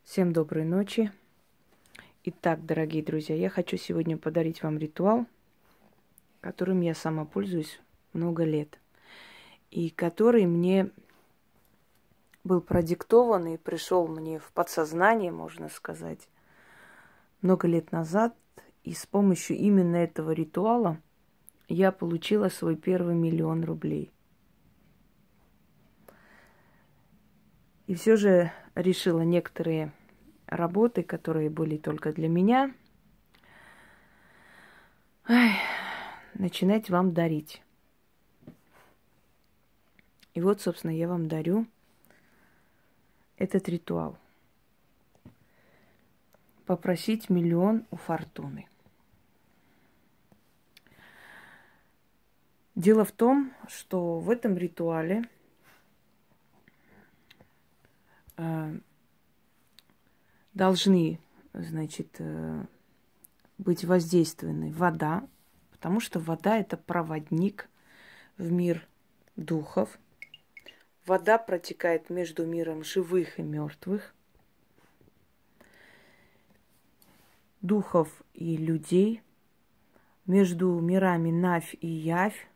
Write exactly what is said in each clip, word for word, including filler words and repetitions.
Всем доброй ночи. Итак, дорогие друзья, я хочу сегодня подарить вам ритуал, которым я сама пользуюсь много лет. И который мне был продиктован и пришел мне в подсознание, можно сказать, много лет назад. И с помощью именно этого ритуала я получила свой первый миллион рублей. И все же решила некоторые работы, которые были только для меня, ай, начинать вам дарить. И вот, собственно, я вам дарю этот ритуал. Попросить миллион у фортуны. Дело в том, что в этом ритуале э, должны, значит, э, быть воздействованы вода, потому что вода – это проводник в мир духов. Вода протекает между миром живых и мертвых, духов и людей, между мирами Навь и Явь,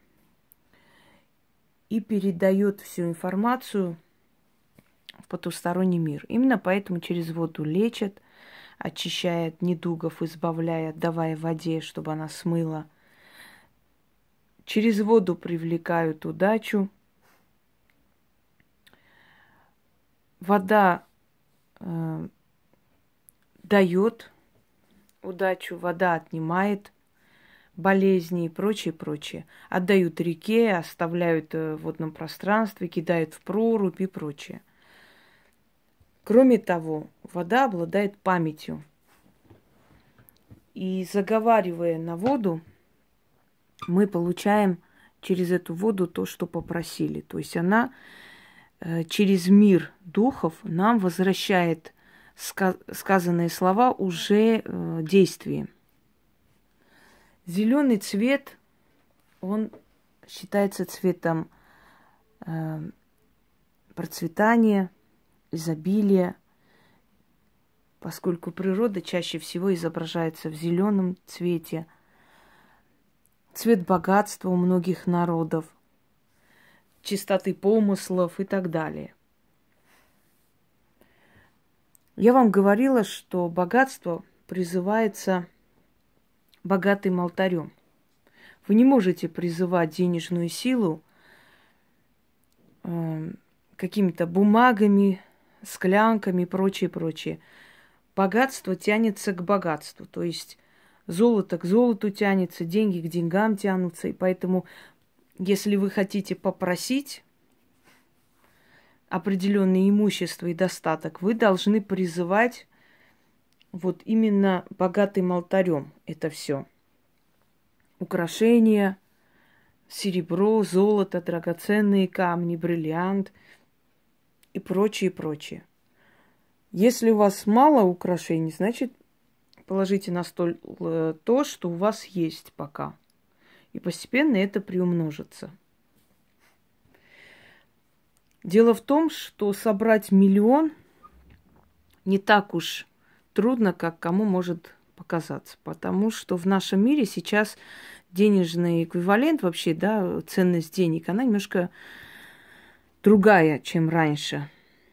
и передает всю информацию в потусторонний мир. Именно поэтому через воду лечат, очищает недугов, избавляя, давая воде, чтобы она смыла. Через воду привлекают удачу. Вода э, дает удачу, вода отнимает болезни и прочее, прочее. Отдают реке, оставляют в водном пространстве, кидают в прорубь и прочее. Кроме того, вода обладает памятью. И заговаривая на воду, мы получаем через эту воду то, что попросили. То есть она э, через мир духов нам возвращает ска- сказанные слова уже э, действием. Зеленый цвет, он считается цветом э, процветания, изобилия, поскольку природа чаще всего изображается в зеленом цвете. Цвет богатства у многих народов, чистоты помыслов и так далее. Я вам говорила, что богатство призывается богатым алтарем. Вы не можете призывать денежную силу э, какими-то бумагами, склянками и прочее, прочее. Богатство тянется к богатству, то есть золото к золоту тянется, деньги к деньгам тянутся. И поэтому, если вы хотите попросить определенное имущество и достаток, вы должны призывать вот именно богатым алтарем это все. Украшения, серебро, золото, драгоценные камни, бриллиант и прочее, прочее. Если у вас мало украшений, значит, положите на стол то, что у вас есть пока. И постепенно это приумножится. Дело в том, что собрать миллион не так уж трудно, как кому может показаться. Потому что в нашем мире сейчас денежный эквивалент вообще, да, ценность денег, она немножко другая, чем раньше.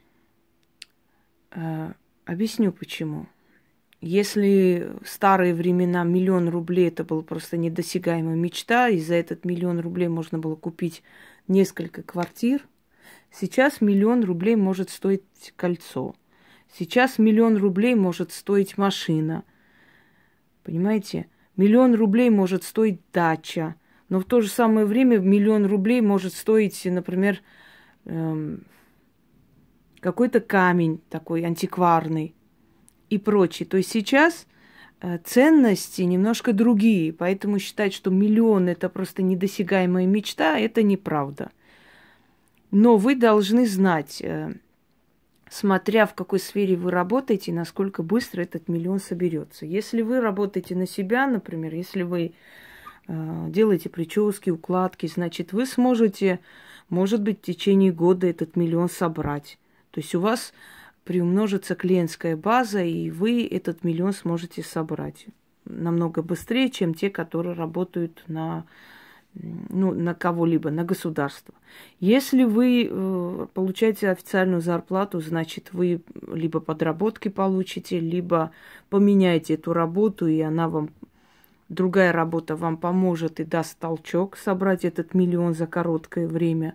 Э, объясню почему. Если в старые времена миллион рублей это была просто недосягаемая мечта, и за этот миллион рублей можно было купить несколько квартир, сейчас миллион рублей может стоить кольцо. Сейчас миллион рублей может стоить машина. Понимаете? Миллион рублей может стоить дача. Но в то же самое время миллион рублей может стоить, например, эм, какой-то камень такой антикварный и прочее. То есть сейчас э, ценности немножко другие. Поэтому считать, что миллион – это просто недосягаемая мечта, это неправда. Но вы должны знать, э, смотря в какой сфере вы работаете, насколько быстро этот миллион соберется. Если вы работаете на себя, например, если вы э, делаете прически, укладки, значит, вы сможете, может быть, в течение года этот миллион собрать. То есть у вас приумножится клиентская база, и вы этот миллион сможете собрать намного быстрее, чем те, которые работают на, ну, на кого-либо, на государство. Если вы э, получаете официальную зарплату, значит, вы либо подработки получите, либо поменяете эту работу, и она вам, другая работа вам поможет и даст толчок собрать этот миллион за короткое время.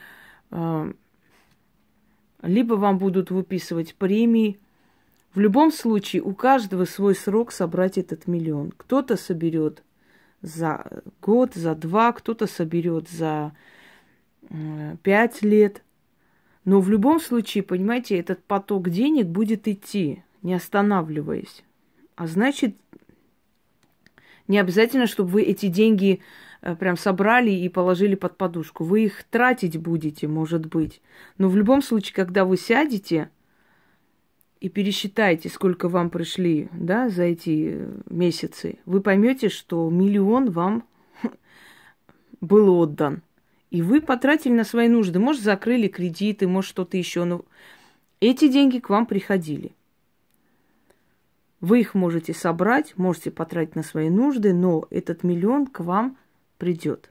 Либо вам будут выписывать премии. В любом случае, у каждого свой срок собрать этот миллион. Кто-то соберет за год, за два, кто-то соберет за э, пять лет. Но в любом случае, понимаете, этот поток денег будет идти, не останавливаясь. А значит, не обязательно, чтобы вы эти деньги прям собрали и положили под подушку. Вы их тратить будете, может быть. Но в любом случае, когда вы сядете и пересчитаете, сколько вам пришли, да, за эти месяцы, вы поймете, что миллион вам был отдан. И вы потратили на свои нужды. Может, закрыли кредиты, может, что-то еще. Но эти деньги к вам приходили. Вы их можете собрать, можете потратить на свои нужды, но этот миллион к вам придет.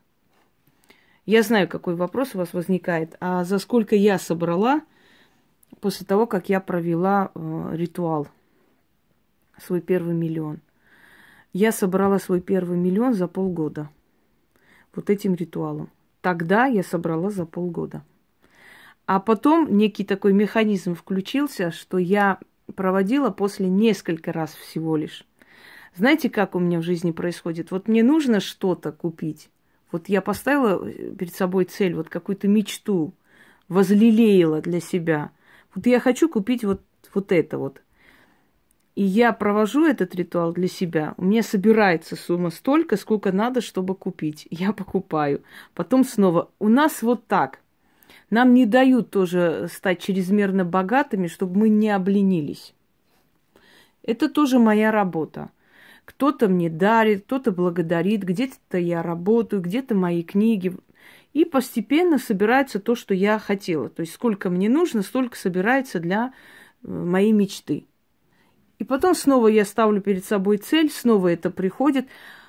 Я знаю, какой вопрос у вас возникает. А за сколько я собрала после того, как я провела э, ритуал, свой первый миллион? Я собрала свой первый миллион за полгода. Вот этим ритуалом. Тогда я собрала за полгода. А потом некий такой механизм включился, что я проводила после несколько раз всего лишь. Знаете, как у меня в жизни происходит? Вот мне нужно что-то купить. Вот я поставила перед собой цель, вот какую-то мечту, возлелеяла для себя. Вот я хочу купить вот, вот это вот. И я провожу этот ритуал для себя. У меня собирается сумма столько, сколько надо, чтобы купить. Я покупаю. Потом снова. У нас вот так. Нам не дают тоже стать чрезмерно богатыми, чтобы мы не обленились. Это тоже моя работа. Кто-то мне дарит, кто-то благодарит, где-то я работаю, где-то мои книги. И постепенно собирается то, что я хотела. То есть сколько мне нужно, столько собирается для моей мечты. И потом снова я ставлю перед собой цель, снова это приходит.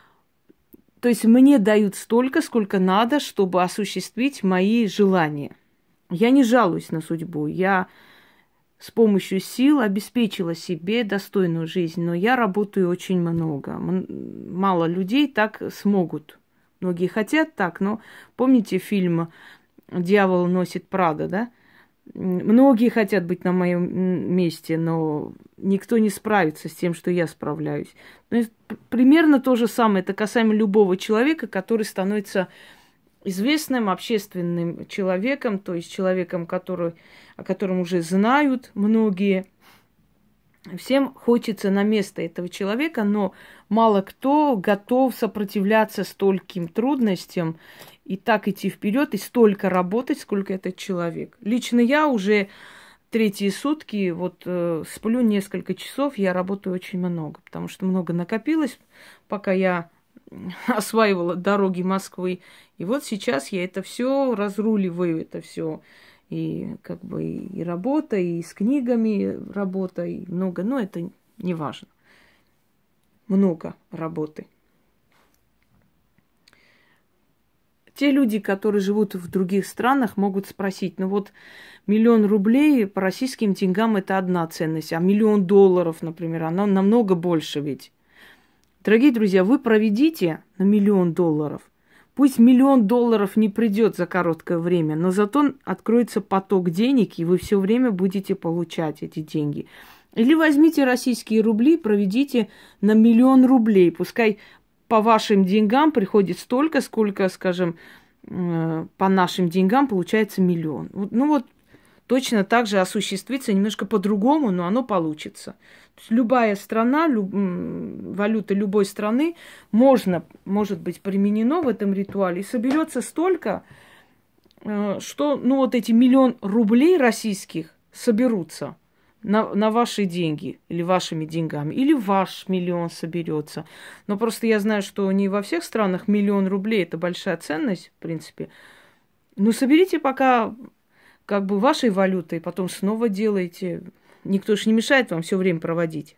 То есть мне дают столько, сколько надо, чтобы осуществить мои желания. Я не жалуюсь на судьбу. Я с помощью сил обеспечила себе достойную жизнь, но я работаю очень много. Мало людей так смогут. Многие хотят так, но помните фильм «Дьявол носит Прада», да? Многие хотят быть на моем месте, но никто не справится с тем, что я справляюсь. То есть, примерно то же самое. Это касаемо любого человека, который становится известным общественным человеком, то есть человеком, который, о котором уже знают многие. Всем хочется на место этого человека, но мало кто готов сопротивляться стольким трудностям и так идти вперед и столько работать, сколько этот человек. Лично я уже третьи сутки вот э, сплю несколько часов, я работаю очень много, потому что много накопилось, пока я осваивала дороги Москвы. И вот сейчас я это все разруливаю, это все. И как бы и работа, и с книгами работа, и много. Но это не важно. Много работы. Те люди, которые живут в других странах, могут спросить, ну вот миллион рублей по российским деньгам это одна ценность, а миллион долларов, например, она намного больше ведь. Дорогие друзья, вы проведите на миллион долларов. Пусть миллион долларов не придет за короткое время, но зато откроется поток денег, и вы все время будете получать эти деньги. Или возьмите российские рубли, проведите на миллион рублей. Пускай по вашим деньгам приходит столько, сколько, скажем, по нашим деньгам получается миллион. Ну вот точно так же осуществится немножко по-другому, но оно получится. То есть любая страна, люб, валюта любой страны можно, может быть применено в этом ритуале. И соберется столько, что ну, вот эти миллион рублей российских соберутся на, на ваши деньги или вашими деньгами. Или ваш миллион соберется. Но просто я знаю, что не во всех странах миллион рублей – это большая ценность, в принципе. Ну, соберите пока как бы вашей валютой, потом снова делайте. никто же не мешает вам все время проводить.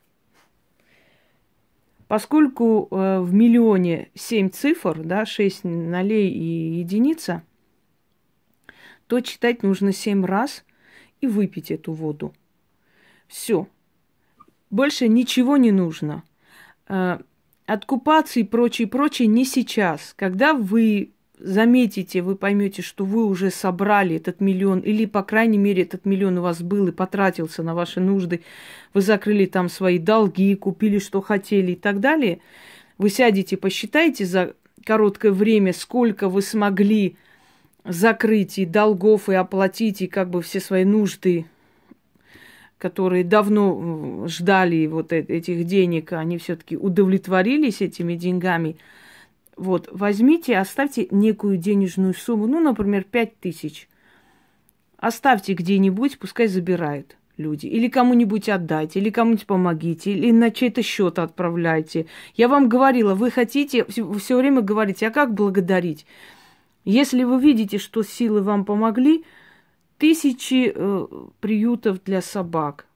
Поскольку э, в миллионе семь цифр, да, шесть нолей и единица, то читать нужно семь раз и выпить эту воду. Все. Больше ничего не нужно. Э, откупаться и прочее, прочее не сейчас. Когда вы заметите, вы поймете, что вы уже собрали этот миллион, или, по крайней мере, этот миллион у вас был и потратился на ваши нужды, вы закрыли там свои долги, купили, что хотели и так далее, вы сядете, посчитаете за короткое время, сколько вы смогли закрыть и долгов, и оплатить, и как бы все свои нужды, которые давно ждали вот этих денег, они все-таки удовлетворились этими деньгами. Вот, возьмите, оставьте некую денежную сумму, ну, например, пять тысяч. Оставьте где-нибудь, пускай забирают люди. Или кому-нибудь отдайте, или кому-нибудь помогите, или на чей-то счет отправляйте. Я вам говорила, вы хотите, все время говорите, а как благодарить? Если вы видите, что силы вам помогли, тысячи э, приютов для собак,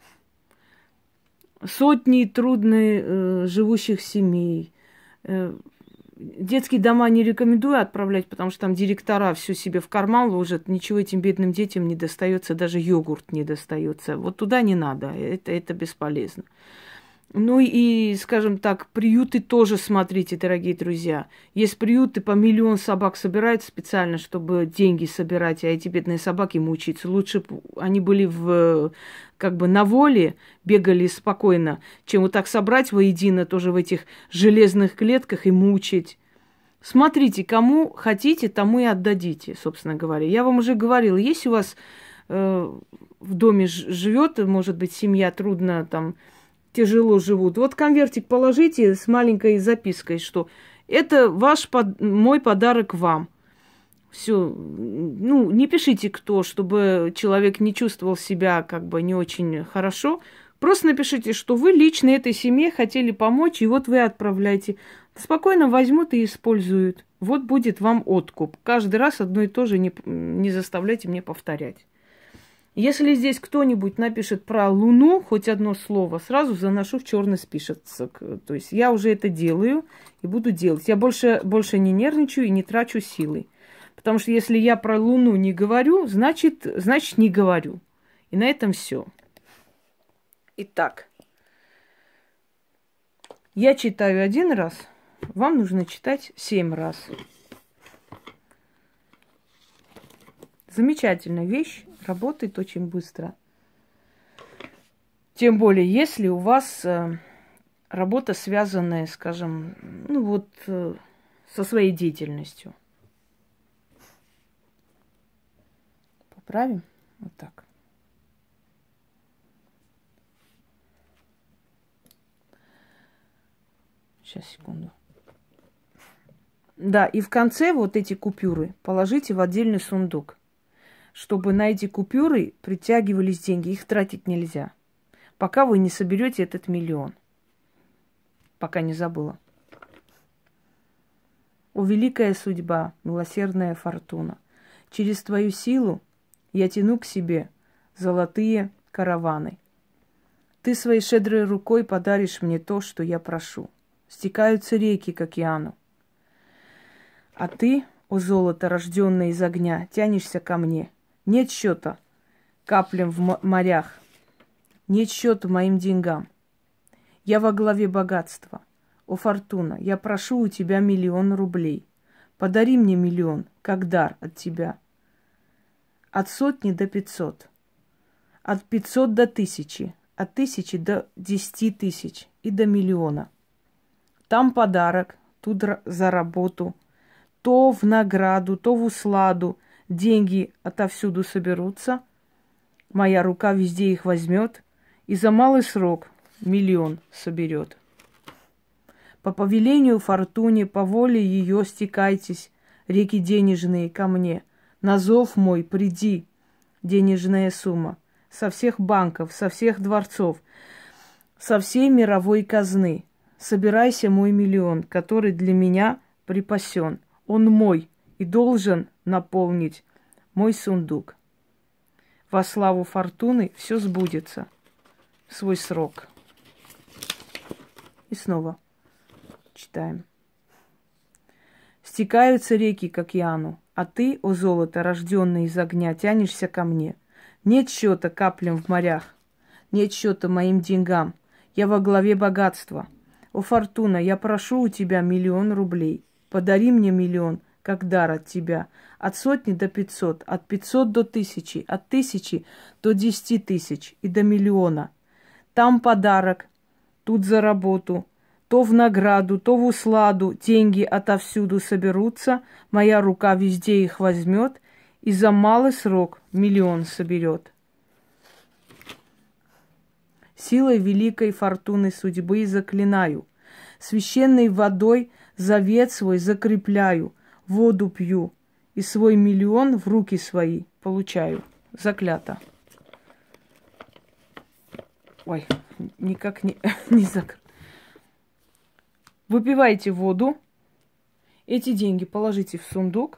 сотни трудно э, живущих семей, э, детские дома не рекомендую отправлять, потому что там директора все себе в карман ложат, ничего этим бедным детям не достается, даже йогурт не достается. Вот туда не надо, это, это бесполезно. Ну и, скажем так, приюты тоже смотрите, дорогие друзья. Есть приюты, по миллион собак собирают специально, чтобы деньги собирать, а эти бедные собаки мучаются. Лучше бы они были в, как бы на воле, бегали спокойно, чем вот так собрать воедино тоже в этих железных клетках и мучить. Смотрите, кому хотите, тому и отдадите, собственно говоря. Я вам уже говорила, если у вас э, в доме живет, может быть, семья трудно там, тяжело живут. Вот конвертик положите с маленькой запиской, что это ваш под... мой подарок вам. Все. Ну, не пишите кто, чтобы человек не чувствовал себя как бы не очень хорошо. Просто напишите, что вы лично этой семье хотели помочь, и вот вы отправляете. Спокойно возьмут и используют. Вот будет вам откуп. Каждый раз одно и то же не, не заставляйте мне повторять. Если здесь кто-нибудь напишет про Луну хоть одно слово, сразу заношу в черный список. То есть я уже это делаю и буду делать. Я больше, больше не нервничаю и не трачу силы. Потому что если я про Луну не говорю, значит, значит не говорю. И на этом все. Итак, я читаю один раз, вам нужно читать семь раз. Замечательная вещь. Работает очень быстро. Тем более, если у вас э, работа, связанная, скажем, ну вот э, со своей деятельностью. Поправим? Вот так. Сейчас, секунду. Да, и в конце вот эти купюры положите в отдельный сундук, чтобы на эти купюры притягивались деньги. Их тратить нельзя, пока вы не соберете этот миллион. Пока не забыла. О, великая судьба, милосердная фортуна, через твою силу я тяну к себе золотые караваны. Ты своей щедрой рукой подаришь мне то, что я прошу. Стекаются реки к океану. А ты, о золото, рожденное из огня, тянешься ко мне. Нет счета каплям в морях, нет счета моим деньгам. Я во главе богатства. О, фортуна, я прошу у тебя миллион рублей. Подари мне миллион, как дар от тебя. От сотни до пятьсот, от пятьсот до тысячи, от тысячи до десяти тысяч и до миллиона. Там подарок, тут за работу, то в награду, то в усладу. Деньги отовсюду соберутся, моя рука везде их возьмет, и за малый срок миллион соберет. По повелению фортуне, по воле ее стекайтесь, реки денежные, ко мне. На зов мой приди, денежная сумма, со всех банков, со всех дворцов, со всей мировой казны. Собирайся, мой миллион, который для меня припасен. Он мой и должен наполнить мой сундук. Во славу фортуны все сбудется. свой срок. И снова читаем. Стекаются реки к океану, а ты, о золото, рожденный из огня, тянешься ко мне. Нет счета каплям в морях, нет счета моим деньгам. Я во главе богатства. О, Фортуна, я прошу у тебя миллион рублей. Подари мне миллион, как дар от тебя. От сотни до пятьсот, от пятьсот до тысячи, от тысячи до десяти тысяч и до миллиона. Там подарок, тут за работу. То в награду, то в усладу деньги отовсюду соберутся, моя рука везде их возьмет и за малый срок миллион соберет. Силой великой фортуны судьбы заклинаю, священной водой завет свой закрепляю, воду пью и свой миллион в руки свои получаю. Заклято. Ой, никак не, не закрыто. Выпивайте воду, эти деньги положите в сундук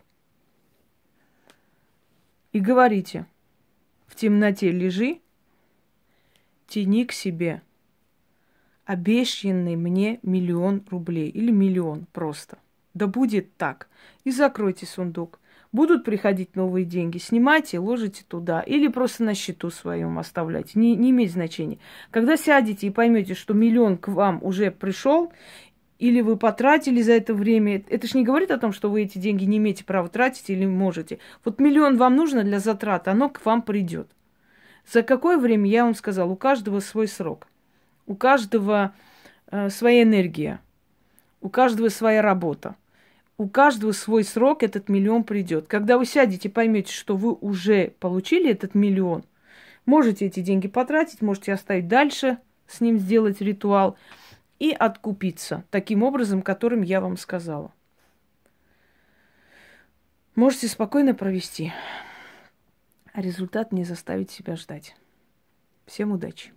и говорите: в темноте лежи, тяни к себе обещанный мне миллион рублей или миллион просто. Да будет так. И закройте сундук. Будут приходить новые деньги, снимайте, ложите туда или просто на счету своем оставляйте. Не, не имеет значения. Когда сядете и поймете, что миллион к вам уже пришел, или вы потратили за это время, это же не говорит о том, что вы эти деньги не имеете права тратить или можете. Вот миллион вам нужно для затрат, оно к вам придет. За какое время, я вам сказала, у каждого свой срок. У каждого э, своя энергия. У каждого своя работа. У каждого свой срок этот миллион придет. Когда вы сядете и поймете, что вы уже получили этот миллион, можете эти деньги потратить, можете оставить дальше, с ним сделать ритуал и откупиться таким образом, которым я вам сказала. Можете спокойно провести, а результат не заставить себя ждать. Всем удачи!